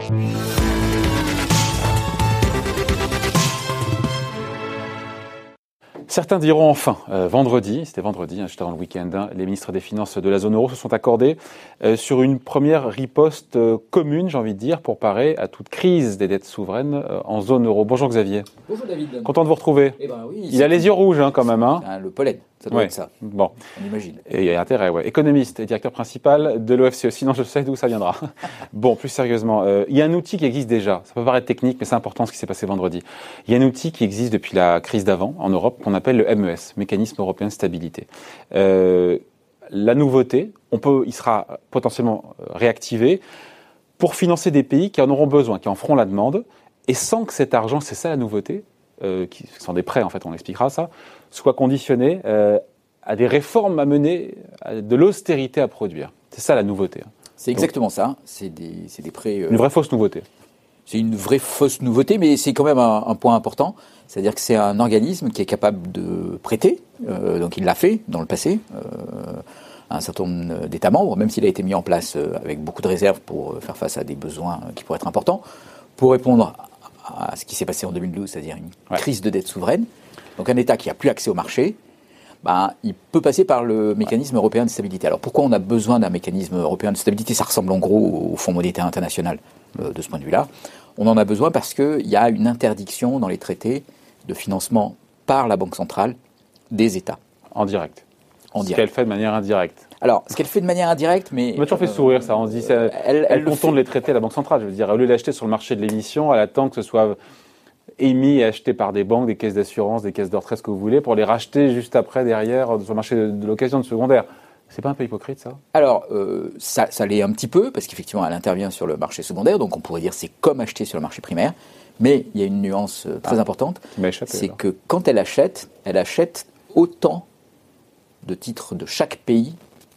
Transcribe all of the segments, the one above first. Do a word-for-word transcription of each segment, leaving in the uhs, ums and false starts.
Certains diront enfin, euh, vendredi, c'était vendredi, hein, juste avant le week-end, hein, les ministres des Finances de la zone euro se sont accordés euh, sur une première riposte euh, commune, j'ai envie de dire, pour parer à toute crise des dettes souveraines euh, en zone euro. Bonjour Xavier. Bonjour David. Content de vous retrouver. Eh ben oui, il a les yeux rouges hein, quand même. Hein. Ah, le pollen, ça doit ouais. être ça. Bon. On imagine. Et il y a intérêt, ouais. Économiste et directeur principal de l'O F C E, sinon je sais d'où ça viendra. Bon, plus sérieusement, euh, il y a un outil qui existe déjà. Ça peut paraître technique, mais c'est important ce qui s'est passé vendredi. Il y a un outil qui existe depuis la crise d'avant en Europe qu'on appelle le M E S, Mécanisme européen de stabilité. Euh, la nouveauté, on peut, il sera potentiellement réactivé pour financer des pays qui en auront besoin, qui en feront la demande, et sans que cet argent, c'est ça la nouveauté, euh, qui sont des prêts en fait, on expliquera ça, soit conditionné euh, à des réformes à mener, à de l'austérité à produire. C'est ça la nouveauté. C'est exactement Donc, ça. C'est des, c'est des prêts. Euh, une vraie fausse nouveauté. C'est une vraie fausse nouveauté, mais c'est quand même un, un point important. C'est-à-dire que c'est un organisme qui est capable de prêter. Euh, donc il l'a fait dans le passé. Euh, un certain nombre d'États membres, même s'il a été mis en place avec beaucoup de réserves pour faire face à des besoins qui pourraient être importants, pour répondre à ce qui s'est passé en deux mille douze, c'est-à-dire une ouais. crise de dette souveraine. Donc un État qui n'a plus accès au marché, ben, il peut passer par le mécanisme ouais. européen de stabilité. Alors pourquoi on a besoin d'un mécanisme européen de stabilité ? Ça ressemble en gros au Fonds monétaire international euh, de ce point de vue-là. On en a besoin parce qu'il y a une interdiction dans les traités de financement par la Banque centrale des États. En direct. En ce direct. qu'elle fait de manière indirecte. Alors, ce qu'elle fait de manière indirecte, mais... Ça m'a toujours fait sourire, ça. On se dit, ça, elle, elle, elle contourne les traités de la Banque centrale. Je veux dire, au lieu d'acheter sur le marché de l'émission, elle attend que ce soit émis et acheté par des banques, des caisses d'assurance, des caisses de retraite, ce que vous voulez, pour les racheter juste après, derrière, sur le marché de, de l'occasion de secondaire. C'est pas un peu hypocrite, ça ? Alors, euh, ça, ça l'est un petit peu, parce qu'effectivement, elle intervient sur le marché secondaire, donc on pourrait dire que c'est comme acheter sur le marché primaire. Mais il y a une nuance euh, très ah, importante, échappé, c'est alors. que quand elle achète, elle achète autant de titres de chaque pays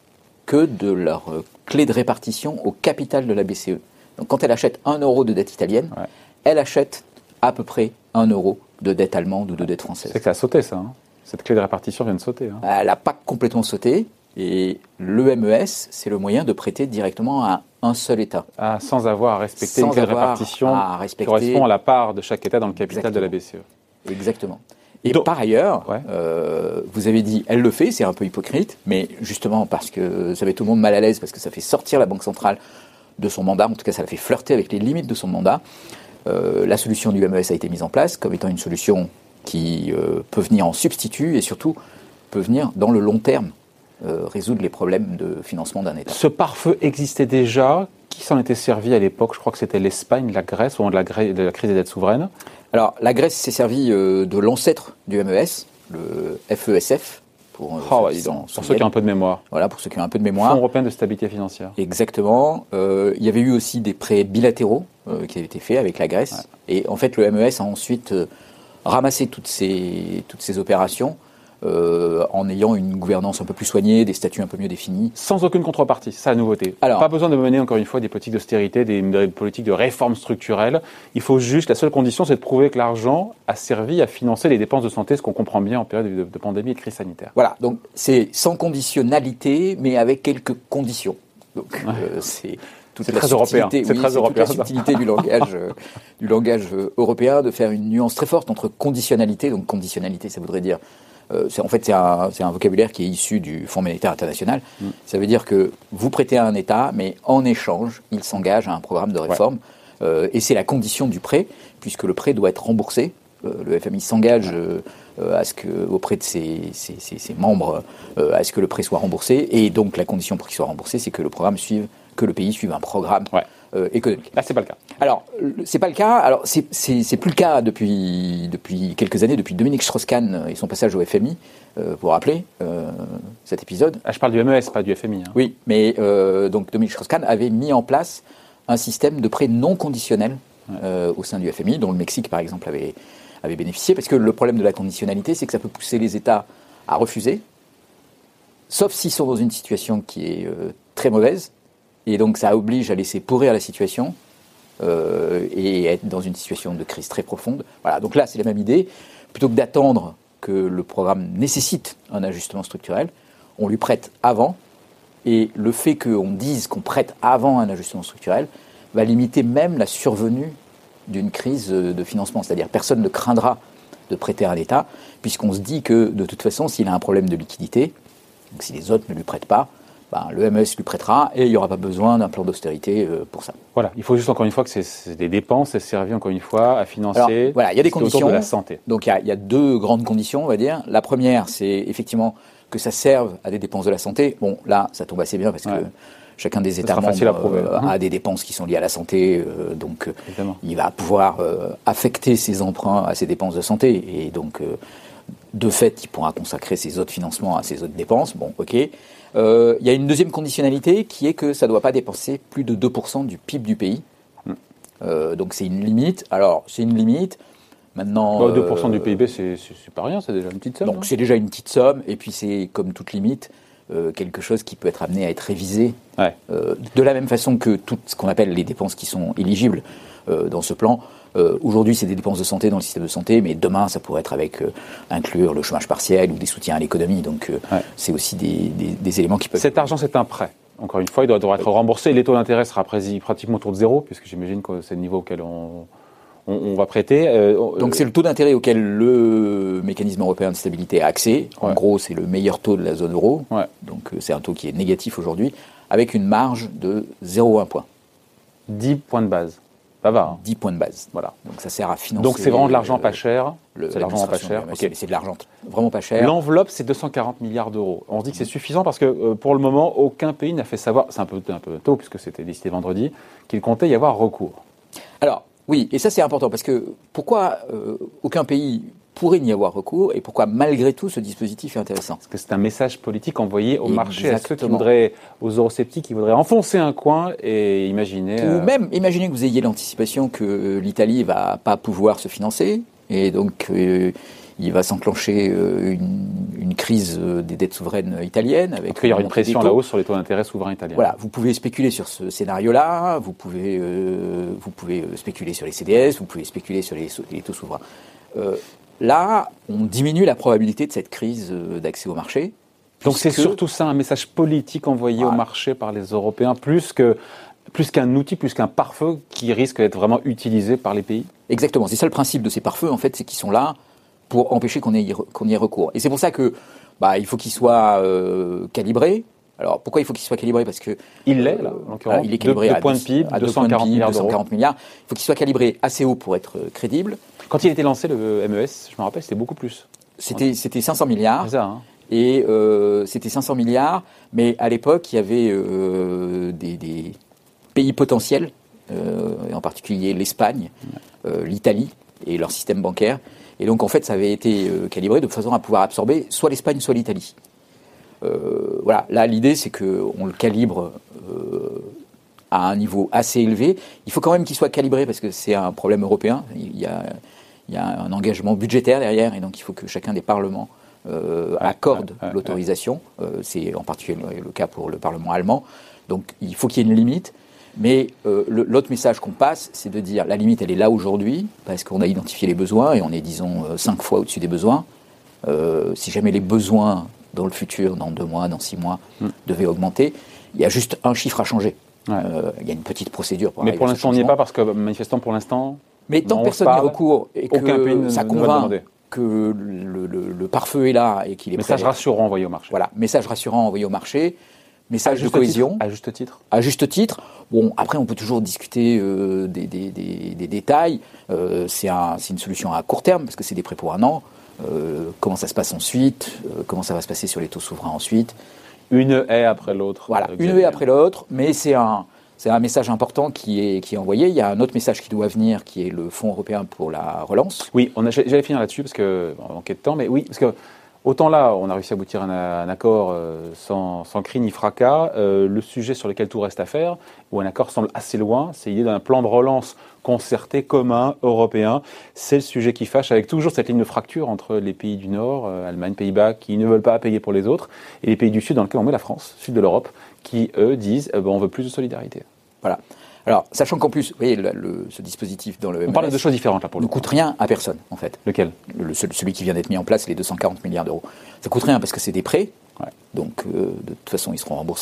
que de leur euh, clé de répartition au capital de la B C E. Donc quand elle achète un euro de dette italienne, ouais. elle achète à peu près un euro de dette allemande ou de dette française. C'est que ça a sauté, ça. Hein. Cette clé de répartition vient de sauter. Hein. Elle n'a pas complètement sauté. Et le M E S, c'est le moyen de prêter directement à un seul État. Ah, sans avoir à respecter sans une clé de répartition respecter... qui correspond à la part de chaque État dans le capital Exactement. de la B C E. Exactement. Et Donc, par ailleurs, ouais. euh, vous avez dit, elle le fait, c'est un peu hypocrite, mais justement parce que ça met tout le monde mal à l'aise, parce que ça fait sortir la Banque centrale de son mandat, en tout cas ça la fait flirter avec les limites de son mandat, euh, la solution du M E S a été mise en place comme étant une solution qui euh, peut venir en substitut et surtout peut venir dans le long terme euh, résoudre les problèmes de financement d'un État. Ce pare-feu existait déjà. Qui s'en était servi à l'époque ? Je crois que c'était l'Espagne, la Grèce, au moment de la, Grèce, de la crise des dettes souveraines. Alors, la Grèce s'est servie euh, de l'ancêtre du M E S, le F E S F. Pour, euh, oh, ceux, donc, pour ceux qui ont un peu de mémoire. Voilà, pour ceux qui ont un peu de mémoire. Fonds européen de stabilité financière. Exactement. Euh, il y avait eu aussi des prêts bilatéraux euh, qui avaient été faits avec la Grèce. Ouais. Et en fait, le M E S a ensuite euh, ramassé toutes ces, toutes ces opérations Euh, en ayant une gouvernance un peu plus soignée, des statuts un peu mieux définis. Sans aucune contrepartie, c'est ça la nouveauté. Alors, pas besoin de mener encore une fois des politiques d'austérité, des, des politiques de réforme structurelle. Il faut juste, la seule condition, c'est de prouver que l'argent a servi à financer les dépenses de santé, ce qu'on comprend bien en période de, de pandémie et de crise sanitaire. Voilà, donc c'est sans conditionnalité, mais avec quelques conditions. Donc ouais. euh, c'est toute c'est la très subtilité, européen. C'est oui, très c'est européen. Toute la subtilité du langage, euh, du langage euh, européen, de faire une nuance très forte entre conditionnalité. Donc conditionnalité, ça voudrait dire Euh, c'est, en fait, c'est un, c'est un vocabulaire qui est issu du Fonds monétaire international. Mm. Ça veut dire que vous prêtez à un État, mais en échange, il s'engage à un programme de réforme. Ouais. Euh, et c'est la condition du prêt, puisque le prêt doit être remboursé. Euh, le F M I s'engage euh, euh, à ce que, auprès de ses, ses, ses, ses membres euh, à ce que le prêt soit remboursé. Et donc, la condition pour qu'il soit remboursé, c'est que le programme suive, que le pays suive un programme ouais. euh, économique. Là, c'est pas le cas. Alors, c'est pas le cas. Alors, c'est, c'est, c'est plus le cas depuis, depuis quelques années, depuis Dominique Strauss-Kahn et son passage au F M I. Euh, vous vous rappelez euh, cet épisode ? Ah, je parle du M E S, pas du F M I. Hein. Oui, mais euh, donc Dominique Strauss-Kahn avait mis en place un système de prêt non conditionnel ouais. euh, au sein du F M I, dont le Mexique, par exemple, avait, avait bénéficié. Parce que le problème de la conditionnalité, c'est que ça peut pousser les États à refuser, sauf s'ils sont dans une situation qui est euh, très mauvaise. Et donc, ça oblige à laisser pourrir la situation euh, et être dans une situation de crise très profonde. Voilà, donc là, c'est la même idée. Plutôt que d'attendre que le programme nécessite un ajustement structurel, on lui prête avant. Et le fait qu'on dise qu'on prête avant un ajustement structurel, va limiter même la survenue d'une crise de financement. C'est-à-dire personne ne craindra de prêter à l'État, puisqu'on se dit que de toute façon, s'il a un problème de liquidité, donc si les autres ne lui prêtent pas, ben, le M E S lui prêtera et il n'y aura pas besoin d'un plan d'austérité euh, pour ça. Voilà, il faut juste encore une fois que c'est, c'est des dépenses, c'est servi encore une fois à financer. Alors, voilà, il y a des conditions de la santé. Donc il y, a, il y a deux grandes conditions, on va dire. La première, c'est effectivement que ça serve à des dépenses de la santé. Bon, là, ça tombe assez bien parce ouais. que chacun des États membres euh, a des dépenses qui sont liées à la santé, euh, donc Évidemment. il va pouvoir euh, affecter ses emprunts à ses dépenses de santé et donc euh, de fait, il pourra consacrer ses autres financements à ses autres dépenses. Bon, ok. Euh, il y a une deuxième conditionnalité qui est que ça ne doit pas dépasser plus de deux pour cent du P I B du pays. Mm. Euh, donc c'est une limite. Alors, c'est une limite. Maintenant, bah, deux pour cent euh, du P I B, c'est, c'est, c'est pas rien, c'est déjà une petite somme. Donc hein. c'est déjà une petite somme. Et puis c'est, comme toute limite, euh, quelque chose qui peut être amené à être révisé. Ouais. Euh, de la même façon que tout ce qu'on appelle les dépenses qui sont éligibles euh, dans ce plan. Euh, aujourd'hui, c'est des dépenses de santé dans le système de santé, mais demain, ça pourrait être avec euh, inclure le chômage partiel ou des soutiens à l'économie. Donc, euh, ouais. c'est aussi des, des, des éléments qui peuvent... Cet argent, c'est un prêt. Encore une fois, il doit, doit être remboursé. Les taux d'intérêt sera pratiquement autour de zéro, puisque j'imagine que c'est le niveau auquel on, on, on va prêter. Euh, Donc, c'est le taux d'intérêt auquel le mécanisme européen de stabilité a accès. En ouais. gros, c'est le meilleur taux de la zone euro. Ouais. Donc, c'est un taux qui est négatif aujourd'hui, avec une marge de zéro virgule un point. dix points de base. Ça va. Hein. dix points de base. Voilà. Donc ça sert à financer. Donc c'est vraiment de l'argent pas cher. Le, c'est de l'argent pas cher. Okay. C'est de l'argent vraiment pas cher. L'enveloppe, c'est deux cent quarante milliards d'euros. On se dit que c'est suffisant parce que euh, pour le moment, aucun pays n'a fait savoir, c'est un peu, un peu tôt puisque c'était décidé vendredi, qu'il comptait y avoir recours. Alors oui, et ça c'est important parce que pourquoi euh, aucun pays pourrait n'y avoir recours et pourquoi malgré tout ce dispositif est intéressant. Parce que c'est un message politique envoyé au Exactement. marché, à ceux qui voudraient, aux eurosceptiques qui voudraient enfoncer un coin et imaginer... Ou euh... même imaginer que vous ayez l'anticipation que l'Italie ne va pas pouvoir se financer et donc euh, il va s'enclencher euh, une, une crise des dettes souveraines italiennes. Avec il y aura une pression à la hausse sur les taux d'intérêt souverains italiens. Voilà, vous pouvez spéculer sur ce scénario-là, vous pouvez, euh, vous pouvez spéculer sur les C D S, vous pouvez spéculer sur les, les taux souverains. Euh, Là, on diminue la probabilité de cette crise d'accès au marché. Donc c'est surtout ça, un message politique envoyé ouais. au marché par les Européens, plus, que, plus qu'un outil, plus qu'un pare-feu qui risque d'être vraiment utilisé par les pays. Exactement, c'est ça le principe de ces pare-feux, en fait, c'est qu'ils sont là pour empêcher qu'on ait, qu'on y ait recours. Et c'est pour ça que bah, il faut qu'ils soient euh, calibrés. Alors pourquoi il faut qu'il soit calibré ? Parce que il l'est, là, en l'occurrence. Il est calibré deux, à deux points de P I B, à deux cent quarante milliards d'euros. milliards. Il faut qu'il soit calibré assez haut pour être crédible. Quand il a été lancé, le M E S, je me rappelle, c'était beaucoup plus. C'était, c'était cinq cents milliards. C'est ça, hein. Et euh, c'était cinq cents milliards, mais à l'époque, il y avait euh, des, des pays potentiels, euh, et en particulier l'Espagne, euh, l'Italie et leur système bancaire. Et donc, en fait, ça avait été euh, calibré de façon à pouvoir absorber soit l'Espagne, soit l'Italie. Euh, voilà, là, l'idée, c'est qu'on le calibre euh, à un niveau assez élevé. Il faut quand même qu'il soit calibré parce que c'est un problème européen. Il y a, il y a un engagement budgétaire derrière et donc il faut que chacun des parlements euh, accorde ouais, ouais, l'autorisation. Ouais. Euh, c'est en particulier le cas pour le Parlement allemand. Donc il faut qu'il y ait une limite. Mais euh, le, l'autre message qu'on passe, c'est de dire la limite, elle est là aujourd'hui parce qu'on a identifié les besoins et on est, disons, euh, cinq fois au-dessus des besoins. Euh, si jamais les besoins dans le futur, dans deux mois, dans six mois, mm. devaient augmenter, il y a juste un chiffre à changer. Ouais. Euh, il y a une petite procédure pour mais pour l'instant, on n'y est pas parce que, manifestement, pour l'instant... Mais tant que personne n'y recourt et que aucun pays ça convainc que le, le, le pare-feu est là et qu'il est message prêt... Message rassurant envoyé au marché. Voilà, message rassurant envoyé au marché, message de cohésion. Titre, à juste titre. À juste titre. Bon, après, on peut toujours discuter euh, des, des, des, des détails. Euh, c'est, un, c'est une solution à court terme parce que c'est des prêts pour un an. Euh, comment ça se passe ensuite, euh, comment ça va se passer sur les taux souverains ensuite. Une haie après l'autre. Voilà, une haie après l'autre, mais c'est un, c'est un message important qui est, qui est envoyé. Il y a un autre message qui doit venir, qui est le Fonds européen pour la relance. Oui, on a, j'allais finir là-dessus, parce que, on manquait de temps, mais oui, parce que autant là, on a réussi à aboutir à un, un accord euh, sans, sans cri ni fracas. Euh, le sujet sur lequel tout reste à faire, où un accord semble assez loin, c'est l'idée d'un plan de relance concerté, commun, européen. C'est le sujet qui fâche, avec toujours cette ligne de fracture entre les pays du Nord, euh, Allemagne, Pays-Bas, qui ne veulent pas payer pour les autres, et les pays du Sud, dans lesquels on met la France, sud de l'Europe, qui, eux, disent euh, ben, on veut plus de solidarité. Voilà. Alors, sachant qu'en plus, vous voyez, le, le, ce dispositif dans le M M S... On parle de choses différentes, là, pour le ne coûte rien à personne, en fait. Lequel ? le, Celui qui vient d'être mis en place, les deux cent quarante milliards d'euros. Ça coûte rien parce que c'est des prêts, ouais. donc euh, de toute façon, ils seront remboursés.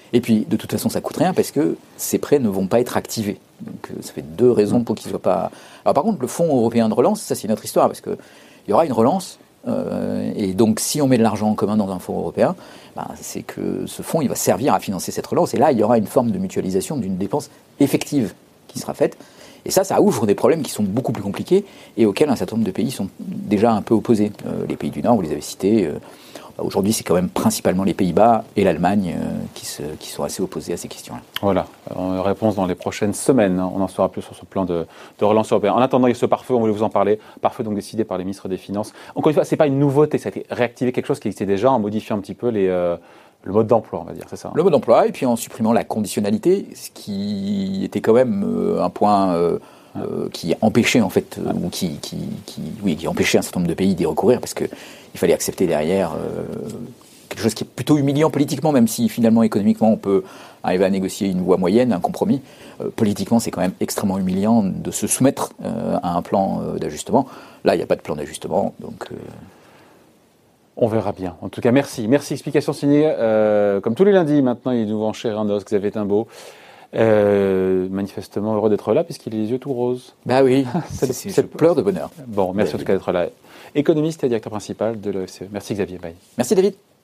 Et puis, de toute façon, ça coûte rien parce que ces prêts ne vont pas être activés. Donc, ça fait deux raisons pour qu'ils ne soient pas... Alors, par contre, le Fonds européen de relance, ça, c'est une autre histoire parce qu'il y aura une relance. Euh, et donc, si on met de l'argent en commun dans un fonds européen, ben, c'est que ce fonds, il va servir à financer cette relance. Et là, il y aura une forme de mutualisation d'une dépense effective qui sera faite. Et ça, ça ouvre des problèmes qui sont beaucoup plus compliqués et auxquels un certain nombre de pays sont déjà un peu opposés. Euh, les pays du Nord, vous les avez cités. Euh, bah aujourd'hui, c'est quand même principalement les Pays-Bas et l'Allemagne euh, qui, se, qui sont assez opposés à ces questions-là. Voilà, euh, réponse dans les prochaines semaines. On en saura plus sur ce plan de, de relance européen. En attendant, il y a ce pare-feu, on voulait vous en parler. Pare-feu donc décidé par les ministres des Finances. Encore une fois, ce n'est pas une nouveauté, ça a été réactivé quelque chose qui existait déjà en modifiant un petit peu les... Euh, le mode d'emploi, on va dire, c'est ça. Le mode d'emploi, et puis en supprimant la conditionnalité, ce qui était quand même euh, un point euh, euh, qui empêchait en fait, euh, ou qui, qui, qui, oui, qui empêchait un certain nombre de pays d'y recourir, parce que il fallait accepter derrière euh, quelque chose qui est plutôt humiliant politiquement, même si finalement économiquement on peut arriver à négocier une voie moyenne, un compromis. Euh, politiquement, c'est quand même extrêmement humiliant de se soumettre euh, à un plan euh, d'ajustement. Là, il n'y a pas de plan d'ajustement, donc. Euh, On verra bien. En tout cas, merci. Merci. Explication signée. Euh, comme tous les lundis, maintenant, il nous enchère un os, Xavier Timbaud. Euh, manifestement heureux d'être là, puisqu'il a les yeux tout roses. Bah oui, c'est, c'est, c'est pleure de bonheur. Bon, merci bah, en tout cas d'être là. Économiste et directeur principal de l'O F C E. Merci Xavier. Bye. Merci David.